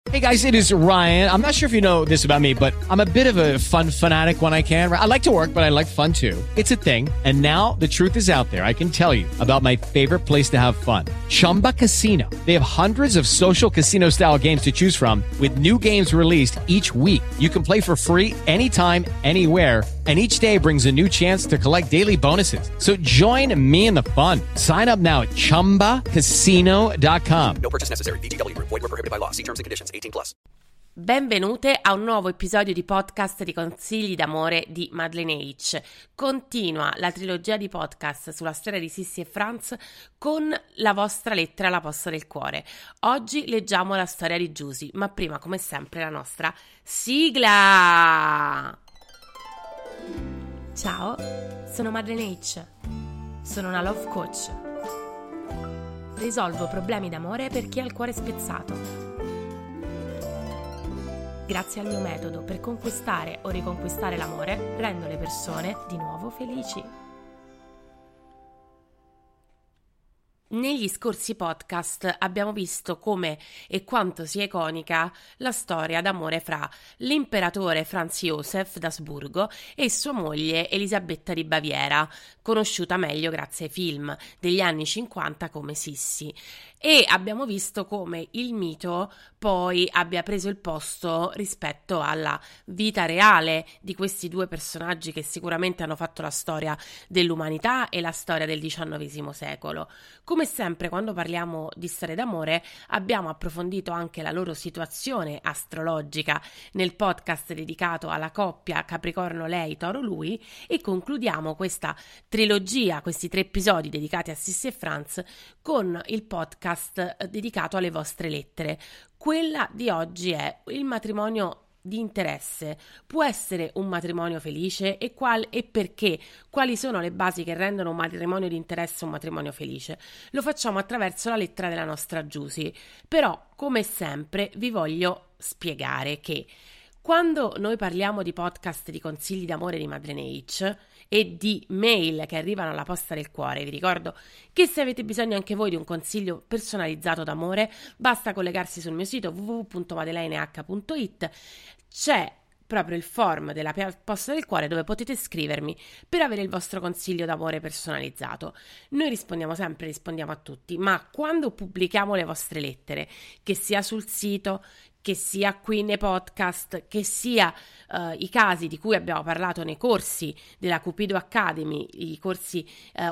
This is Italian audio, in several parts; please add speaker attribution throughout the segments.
Speaker 1: Hey guys, it is Ryan. I'm not sure if you know this about me, but I'm a bit of a fun fanatic when I can. I like to work, but I like fun too. It's a thing. And now the truth is out there. I can tell you about my favorite place to have fun. Chumba Casino. They have hundreds of social casino style games to choose from with new games released each week. You can play for free anytime, anywhere. And each day brings a new chance to collect daily bonuses. So join me in the fun. Sign up now at ChumbaCasino.com.
Speaker 2: No purchase necessary. VGW. Void where prohibited by law. See terms and conditions. 18+.
Speaker 3: Benvenute a un nuovo episodio di podcast di consigli d'amore di Madeleine H. Continua la trilogia di podcast sulla storia di Sissi e Franz con la vostra lettera alla posta del cuore. Oggi leggiamo la storia di Giusy, ma prima, come sempre, la nostra sigla! Ciao, sono Madeleine H. Sono una love coach. Risolvo problemi d'amore per chi ha il cuore spezzato. Grazie al mio metodo per conquistare o riconquistare l'amore, rendo le persone di nuovo felici. Negli scorsi podcast abbiamo visto come e quanto sia iconica la storia d'amore fra l'imperatore Franz Josef d'Asburgo e sua moglie Elisabetta di Baviera, conosciuta meglio grazie ai film degli anni 50 come Sissi. E abbiamo visto come il mito poi abbia preso il posto rispetto alla vita reale di questi due personaggi che sicuramente hanno fatto la storia dell'umanità e la storia del XIX secolo. Come sempre, quando parliamo di storie d'amore, abbiamo approfondito anche la loro situazione astrologica nel podcast dedicato alla coppia Capricorno-lei, Toro-lui, e concludiamo questa trilogia, questi 3 episodi dedicati a Sissi e Franz, con il podcast dedicato alle vostre lettere. Quella di oggi è il matrimonio di interesse. Può essere un matrimonio felice e perché? Quali sono le basi che rendono un matrimonio di interesse un matrimonio felice? Lo facciamo attraverso la lettera della nostra Giusy. Però, come sempre, vi voglio spiegare che quando noi parliamo di podcast di consigli d'amore di Madeleine H e di mail che arrivano alla posta del cuore, vi ricordo che se avete bisogno anche voi di un consiglio personalizzato d'amore, basta collegarsi sul mio sito www.madeleineH.it. C'è proprio il form della posta del cuore dove potete scrivermi per avere il vostro consiglio d'amore personalizzato. Noi rispondiamo sempre, rispondiamo a tutti, ma quando pubblichiamo le vostre lettere, che sia sul sito, che sia qui nei podcast, che sia i casi di cui abbiamo parlato nei corsi della Cupido Academy, il corso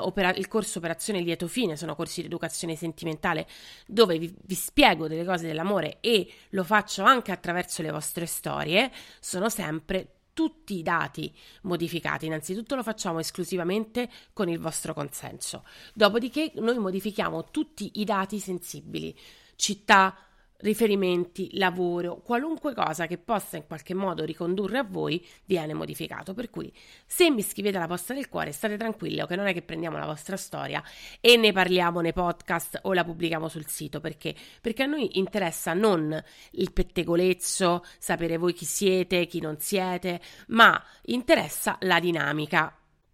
Speaker 3: Operazione Lieto Fine, sono corsi di educazione sentimentale dove vi spiego delle cose dell'amore e lo faccio anche attraverso le vostre storie, sono sempre tutti i dati modificati. Innanzitutto lo facciamo esclusivamente con il vostro consenso, dopodiché noi modifichiamo tutti i dati sensibili, città, riferimenti, lavoro, qualunque cosa che possa in qualche modo ricondurre a voi viene modificato, per cui se mi scrivete alla posta del cuore state tranquillo che non è che prendiamo la vostra storia e ne parliamo nei podcast o la pubblichiamo sul sito, perché a noi interessa non il pettegolezzo, sapere voi chi siete, chi non siete, ma interessa la dinamica.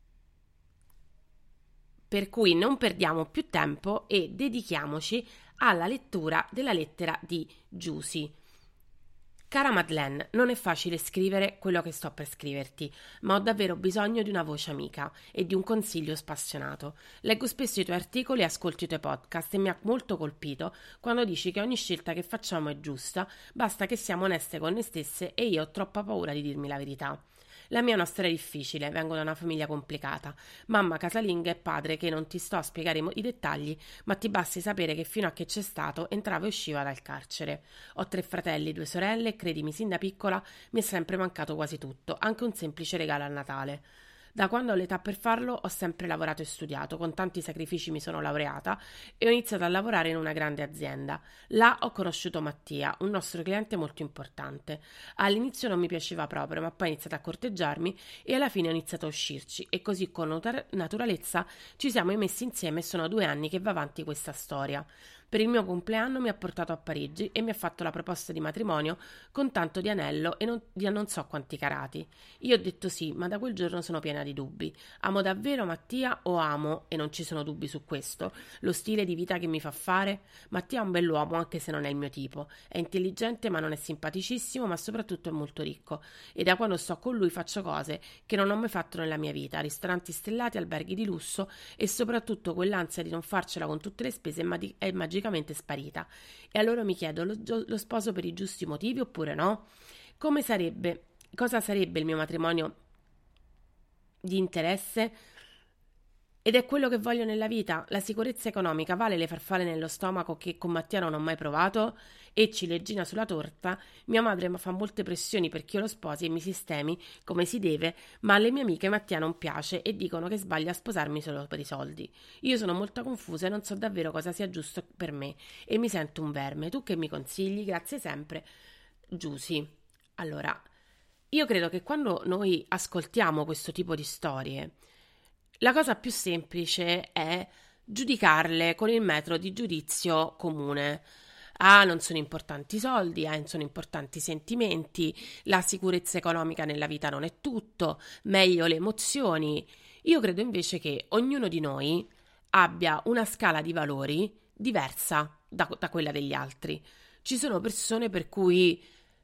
Speaker 3: Per cui non perdiamo più tempo e dedichiamoci alla lettura della lettera di Giusy. Cara Madeleine, non è facile scrivere quello che sto per scriverti, ma ho davvero bisogno di una voce amica e di un consiglio spassionato. Leggo spesso i tuoi articoli e ascolto i tuoi podcast e mi ha molto colpito quando dici che ogni scelta che facciamo è giusta, basta che siamo oneste con noi stesse e io ho troppa paura di dirmi la verità. La mia è una storia difficile, vengo da una famiglia complicata, mamma casalinga e padre che non ti sto a spiegare i dettagli, ma ti basti sapere che fino a che c'è stato entrava e usciva dal carcere. Ho 3 fratelli, 2 sorelle e credimi, sin da piccola mi è sempre mancato quasi tutto, anche un semplice regalo a Natale. Da quando ho l'età per farlo ho sempre lavorato e studiato, con tanti sacrifici mi sono laureata e ho iniziato a lavorare in una grande azienda. Là ho conosciuto Mattia, un nostro cliente molto importante. All'inizio non mi piaceva proprio, ma poi ha iniziato a corteggiarmi e alla fine ho iniziato a uscirci e così con naturalezza ci siamo messi insieme e sono 2 anni che va avanti questa storia. Per il mio compleanno mi ha portato a Parigi e mi ha fatto la proposta di matrimonio con tanto di anello e di non so quanti carati. Io ho detto sì, ma da quel giorno sono piena di dubbi. Amo davvero Mattia o amo, e non ci sono dubbi su questo, lo stile di vita che mi fa fare? Mattia è un bell'uomo anche se non è il mio tipo. È intelligente ma non è simpaticissimo, ma soprattutto è molto ricco. E da quando sto con lui faccio cose che non ho mai fatto nella mia vita, ristoranti stellati, alberghi di lusso e soprattutto quell'ansia di non farcela con tutte le spese è magicamente sparita. E allora mi chiedo, lo sposo per i giusti motivi oppure no? Cosa sarebbe il mio matrimonio di interesse? Ed è quello che voglio nella vita. La sicurezza economica vale le farfalle nello stomaco che con Mattia non ho mai provato? E ciliegina sulla torta, mia madre mi fa molte pressioni perché io lo sposi e mi sistemi come si deve, ma alle mie amiche Mattia non piace e dicono che sbaglia a sposarmi solo per i soldi. Io sono molto confusa e non so davvero cosa sia giusto per me e mi sento un verme. Tu che mi consigli? Grazie sempre, Giusy. Allora, io credo che quando noi ascoltiamo questo tipo di storie, la cosa più semplice è giudicarle con il metodo di giudizio comune. Ah, non sono importanti i soldi, non sono importanti i sentimenti, la sicurezza economica nella vita non è tutto, meglio le emozioni. Io credo invece che ognuno di noi abbia una scala di valori diversa da quella degli altri. Ci sono persone per cui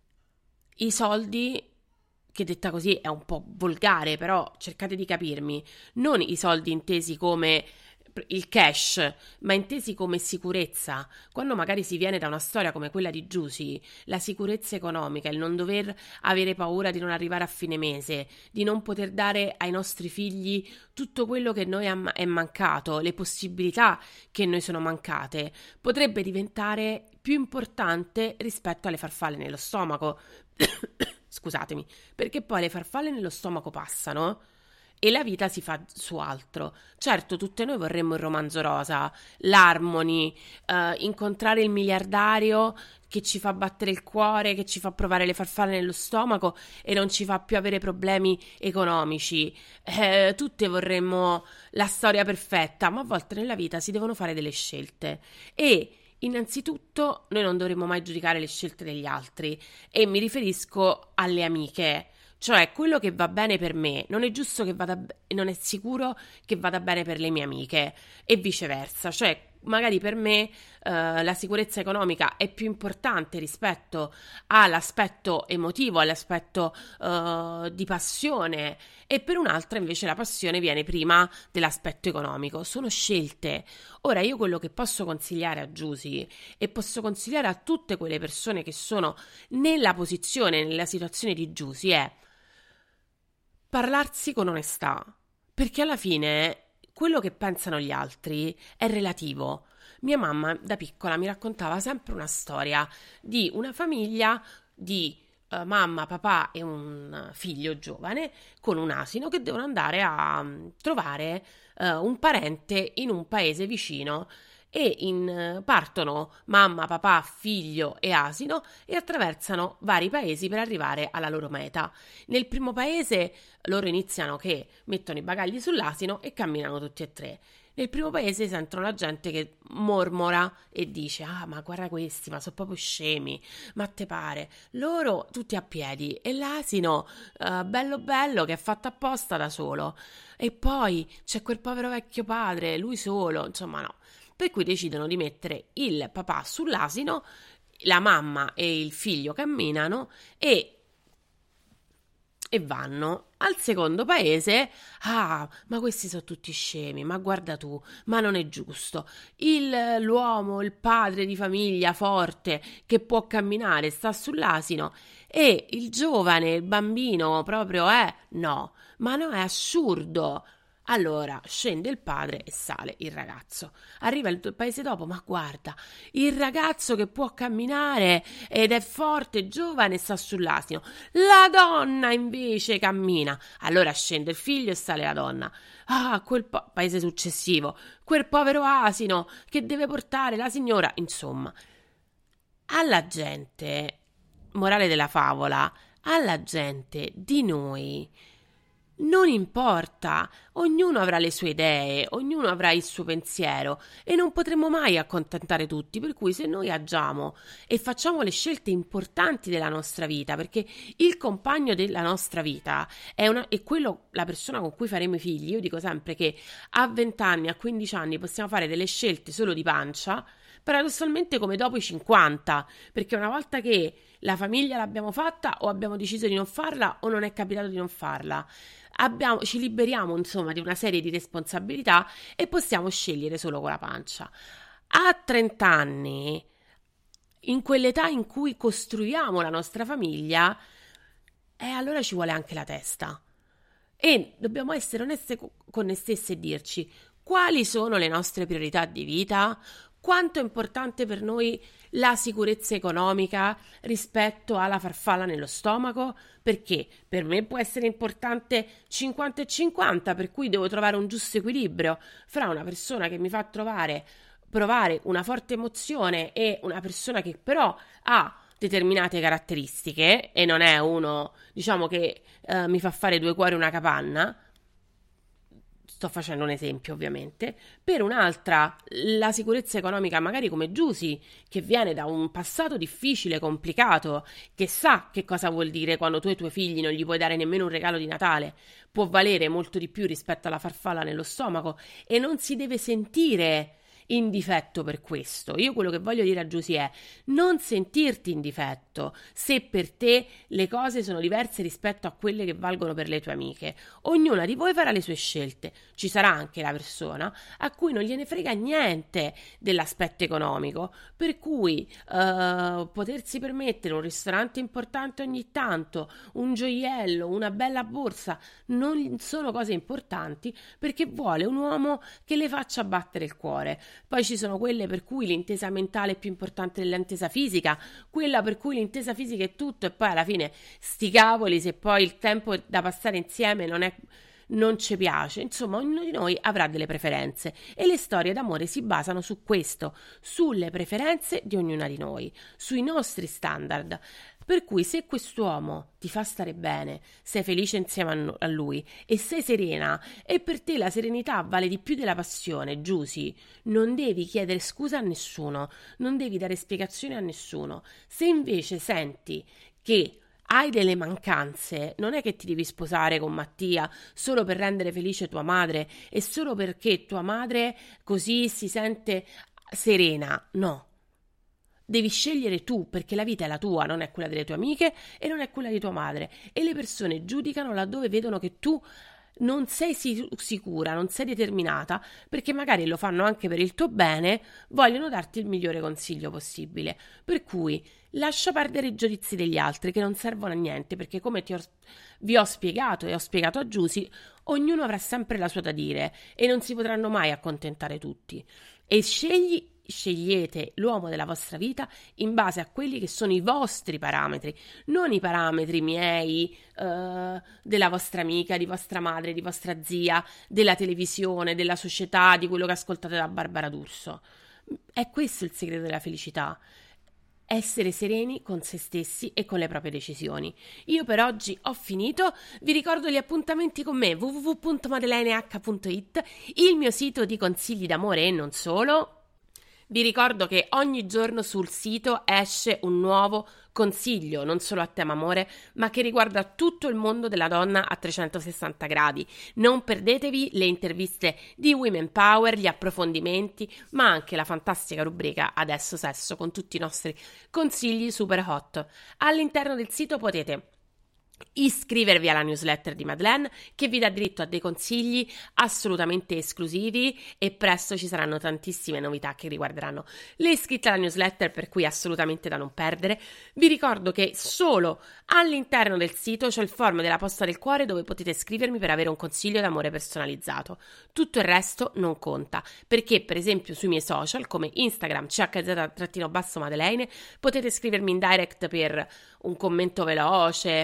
Speaker 3: i soldi, che detta così è un po' volgare, però cercate di capirmi, non i soldi intesi come il cash, ma intesi come sicurezza. Quando magari si viene da una storia come quella di Giusy, la sicurezza economica, il non dover avere paura di non arrivare a fine mese, di non poter dare ai nostri figli tutto quello che noi è mancato, le possibilità che noi sono mancate, potrebbe diventare più importante rispetto alle farfalle nello stomaco. Scusatemi, perché poi le farfalle nello stomaco passano e la vita si fa su altro. Certo, tutte noi vorremmo il romanzo rosa, l'harmony, incontrare il miliardario che ci fa battere il cuore, che ci fa provare le farfalle nello stomaco e non ci fa più avere problemi economici. Tutte vorremmo la storia perfetta, ma a volte nella vita si devono fare delle scelte e innanzitutto noi non dovremmo mai giudicare le scelte degli altri e mi riferisco alle amiche. Cioè, quello che va bene per me non è giusto che non è sicuro che vada bene per le mie amiche e viceversa. Cioè, magari per me la sicurezza economica è più importante rispetto all'aspetto emotivo, all'aspetto di passione e per un'altra invece la passione viene prima dell'aspetto economico. Sono scelte. Ora, io quello che posso consigliare a Giusy e posso consigliare a tutte quelle persone che sono nella situazione di Giusy è parlarsi con onestà, perché alla fine quello che pensano gli altri è relativo. Mia mamma da piccola mi raccontava sempre una storia di una famiglia di mamma, papà e un figlio giovane con un asino che devono andare a trovare un parente in un paese vicino e partono mamma, papà, figlio e asino e attraversano vari paesi per arrivare alla loro meta. Nel primo paese loro iniziano che mettono i bagagli sull'asino e camminano tutti e tre. Nel primo paese sentono la gente che mormora e dice: ah, ma guarda questi, ma sono proprio scemi, ma te pare? Loro tutti a piedi e l'asino bello bello che è fatto apposta da solo. E poi c'è quel povero vecchio padre, lui solo, insomma no. Per cui decidono di mettere il papà sull'asino, la mamma e il figlio camminano e vanno al secondo paese. Ah, ma questi sono tutti scemi, ma guarda tu, ma non è giusto. L'uomo, il padre di famiglia forte che può camminare sta sull'asino e il giovane, il bambino proprio no, ma no, è assurdo. Allora scende il padre e sale il ragazzo. Arriva il paese dopo, ma guarda, il ragazzo che può camminare ed è forte, giovane, sta sull'asino. La donna invece cammina. Allora scende il figlio e sale la donna. Ah, paese successivo, quel povero asino che deve portare la signora. Insomma, alla gente, morale della favola, alla gente di noi Non importa, ognuno avrà le sue idee, ognuno avrà il suo pensiero e non potremo mai accontentare tutti, per cui se noi agiamo e facciamo le scelte importanti della nostra vita, perché il compagno della nostra vita è quello, la persona con cui faremo i figli. Io dico sempre che a 20 anni, a 15 anni possiamo fare delle scelte solo di pancia, paradossalmente come dopo i 50, perché una volta che la famiglia l'abbiamo fatta o abbiamo deciso di non farla o non è capitato di non farla, ci liberiamo insomma di una serie di responsabilità e possiamo scegliere solo con la pancia. A 30 anni, in quell'età in cui costruiamo la nostra famiglia, allora ci vuole anche la testa e dobbiamo essere oneste con noi stessi e dirci quali sono le nostre priorità di vita. Quanto è importante per noi la sicurezza economica rispetto alla farfalla nello stomaco? Perché per me può essere importante 50 e 50, per cui devo trovare un giusto equilibrio fra una persona che mi fa provare una forte emozione e una persona che però ha determinate caratteristiche e non è uno, diciamo, che mi fa fare due cuori e una capanna. Sto facendo un esempio, ovviamente. Per un'altra, la sicurezza economica, magari come Giusy, che viene da un passato difficile, complicato, che sa che cosa vuol dire quando tu ai tuoi figli non gli puoi dare nemmeno un regalo di Natale, può valere molto di più rispetto alla farfalla nello stomaco e non si deve sentire in difetto per questo. Io quello che voglio dire a Giusy è non sentirti in difetto se per te le cose sono diverse rispetto a quelle che valgono per le tue amiche. Ognuna di voi farà le sue scelte. Ci sarà anche la persona a cui non gliene frega niente dell'aspetto economico, per cui potersi permettere un ristorante importante ogni tanto, un gioiello, una bella borsa non sono cose importanti, perché vuole un uomo che le faccia battere il cuore. Poi ci sono quelle per cui l'intesa mentale è più importante dell'intesa fisica, quella per cui l'intesa fisica è tutto e poi alla fine sti cavoli se poi il tempo da passare insieme non ci piace. Insomma, ognuno di noi avrà delle preferenze e le storie d'amore si basano su questo, sulle preferenze di ognuna di noi, sui nostri standard. Per cui se quest'uomo ti fa stare bene, sei felice insieme a lui e sei serena e per te la serenità vale di più della passione, Giusy, non devi chiedere scusa a nessuno, non devi dare spiegazioni a nessuno. Se invece senti che hai delle mancanze, non è che ti devi sposare con Mattia solo per rendere felice tua madre e solo perché tua madre così si sente serena, no. Devi scegliere tu, perché la vita è la tua, non è quella delle tue amiche e non è quella di tua madre. E le persone giudicano laddove vedono che tu non sei sicura, non sei determinata, perché magari lo fanno anche per il tuo bene, vogliono darti il migliore consiglio possibile. Per cui lascia perdere i giudizi degli altri che non servono a niente, perché come vi ho spiegato e ho spiegato a Giusy, ognuno avrà sempre la sua da dire e non si potranno mai accontentare tutti. E scegliete l'uomo della vostra vita in base a quelli che sono i vostri parametri, non i parametri miei, della vostra amica, di vostra madre, di vostra zia, della televisione, della società, di quello che ascoltate da Barbara D'Urso. È questo il segreto della felicità. Essere sereni con se stessi e con le proprie decisioni. Io per oggi ho finito, vi ricordo gli appuntamenti con me www.madeleineH.it, il mio sito di consigli d'amore e non solo. Vi ricordo che ogni giorno sul sito esce un nuovo consiglio, non solo a tema amore, ma che riguarda tutto il mondo della donna a 360 gradi. Non perdetevi le interviste di Women Power, gli approfondimenti, ma anche la fantastica rubrica Adesso Sesso con tutti i nostri consigli super hot. All'interno del sito potete iscrivervi alla newsletter di Madeleine, che vi dà diritto a dei consigli assolutamente esclusivi e presto ci saranno tantissime novità che riguarderanno le iscritte alla newsletter, per cui assolutamente da non perdere. Vi ricordo che solo all'interno del sito c'è il form della posta del cuore dove potete scrivermi per avere un consiglio d'amore personalizzato. Tutto il resto non conta, perché per esempio sui miei social come Instagram chz_Madeleine potete scrivermi in direct per un commento veloce, una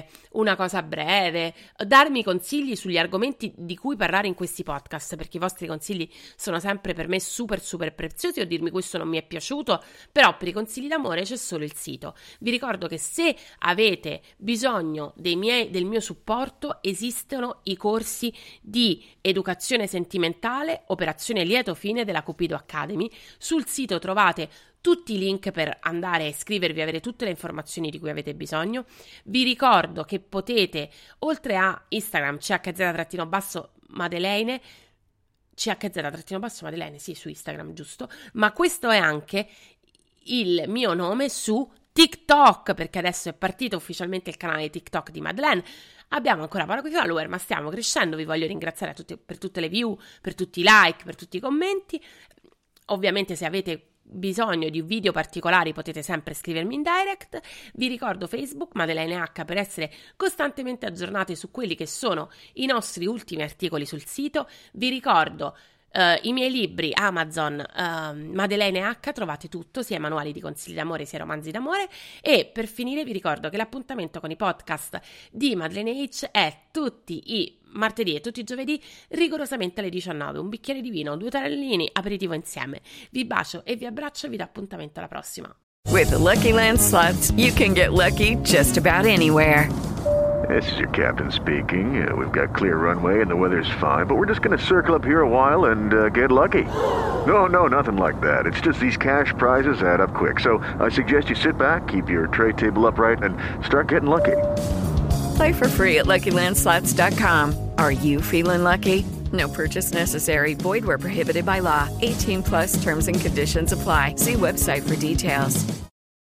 Speaker 3: una cosa breve, darmi consigli sugli argomenti di cui parlare in questi podcast, perché i vostri consigli sono sempre per me super super preziosi, o dirmi questo non mi è piaciuto, però per i consigli d'amore c'è solo il sito. Vi ricordo che se avete bisogno del mio supporto, esistono i corsi di educazione sentimentale, operazione lieto fine della Cupido Academy. Sul sito trovate tutti i link per andare a iscrivervi e avere tutte le informazioni di cui avete bisogno. Vi ricordo che potete, oltre a Instagram, chz-Madeleine, chz-Madeleine, sì, su Instagram, giusto, ma questo è anche il mio nome su TikTok, perché adesso è partito ufficialmente il canale TikTok di Madeleine. Abbiamo ancora pochi follower, ma stiamo crescendo. Vi voglio ringraziare a tutti per tutte le view, per tutti i like, per tutti i commenti. Ovviamente se avete bisogno di video particolari potete sempre scrivermi in direct. Vi ricordo Facebook Madeleine H per essere costantemente aggiornati su quelli che sono i nostri ultimi articoli sul sito. Vi ricordo i miei libri Amazon, Madeleine H, trovate tutto, sia manuali di consigli d'amore sia romanzi d'amore. E per finire vi ricordo che l'appuntamento con i podcast di Madeleine H è tutti i martedì e tutti i giovedì rigorosamente alle 19, un bicchiere di vino, 2 tarellini, aperitivo insieme. Vi bacio e vi abbraccio e vi do appuntamento alla prossima.
Speaker 4: With the Lucky Land Slots, you can get lucky just about anywhere.
Speaker 5: This is your captain speaking. We've got clear runway and the weather's fine, but we're just going to circle up here a while and get lucky. No, nothing like that. It's just these cash prizes add up quick. So I suggest you sit back, keep your tray table upright, and start getting lucky.
Speaker 4: Play for free at LuckyLandSlots.com. Are you feeling lucky? No purchase necessary. Void where prohibited by law. 18+ terms and conditions apply. See website for details.